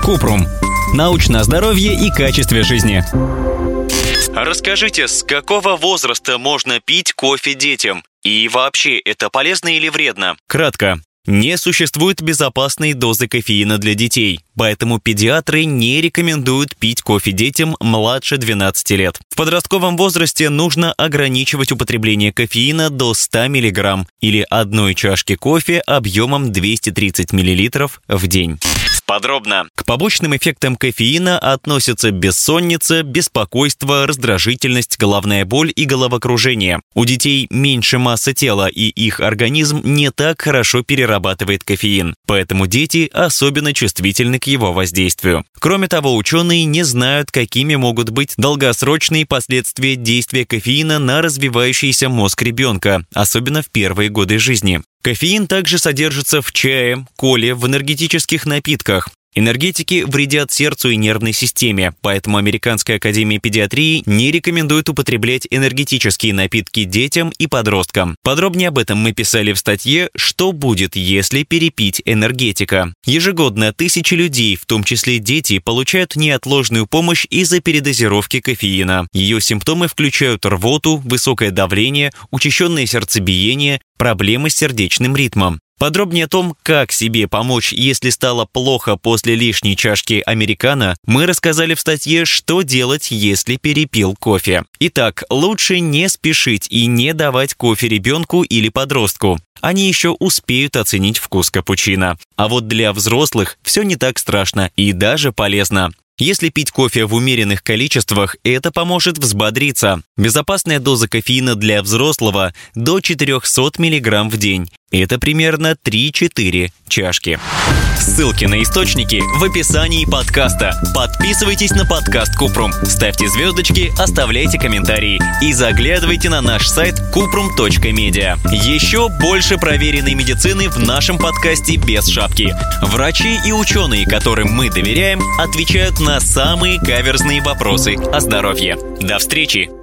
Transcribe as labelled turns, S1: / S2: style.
S1: Купрум. Научное здоровье и качестве жизни.
S2: Расскажите, с какого возраста можно пить кофе детям? И вообще, это полезно или вредно?
S3: Кратко. Не существует безопасной дозы кофеина для детей, поэтому педиатры не рекомендуют пить кофе детям младше 12 лет. В подростковом возрасте нужно ограничивать употребление кофеина до 100 мг или одной чашки кофе объемом 230 мл в день.
S2: Подробно.
S3: К побочным эффектам кофеина относятся бессонница, беспокойство, раздражительность, головная боль и головокружение. У детей меньше массы тела, и их организм не так хорошо перерабатывает кофеин, поэтому дети особенно чувствительны к его воздействию. Кроме того, ученые не знают, какими могут быть долгосрочные последствия действия кофеина на развивающийся мозг ребенка, особенно в первые годы жизни. Кофеин также содержится в чае, коле, в энергетических напитках. Энергетики вредят сердцу и нервной системе, поэтому Американская академия педиатрии не рекомендует употреблять энергетические напитки детям и подросткам. Подробнее об этом мы писали в статье «Что будет, если перепить энергетика?». Ежегодно тысячи людей, в том числе дети, получают неотложную помощь из-за передозировки кофеина. Ее симптомы включают рвоту, высокое давление, учащенное сердцебиение, проблемы с сердечным ритмом. Подробнее о том, как себе помочь, если стало плохо после лишней чашки американо, мы рассказали в статье «Что делать, если перепил кофе?». Итак, лучше не спешить и не давать кофе ребенку или подростку. Они еще успеют оценить вкус капучино. А вот для взрослых все не так страшно и даже полезно. Если пить кофе в умеренных количествах, это поможет взбодриться. Безопасная доза кофеина для взрослого до 400 мг в день. Это примерно 3-4 чашки.
S1: Ссылки на источники в описании подкаста. Подписывайтесь на подкаст Купрум, ставьте звездочки, оставляйте комментарии и заглядывайте на наш сайт kuprum.media. Еще больше проверенной медицины в нашем подкасте без шапки. Врачи и ученые, которым мы доверяем, отвечают на самые каверзные вопросы о здоровье. До встречи!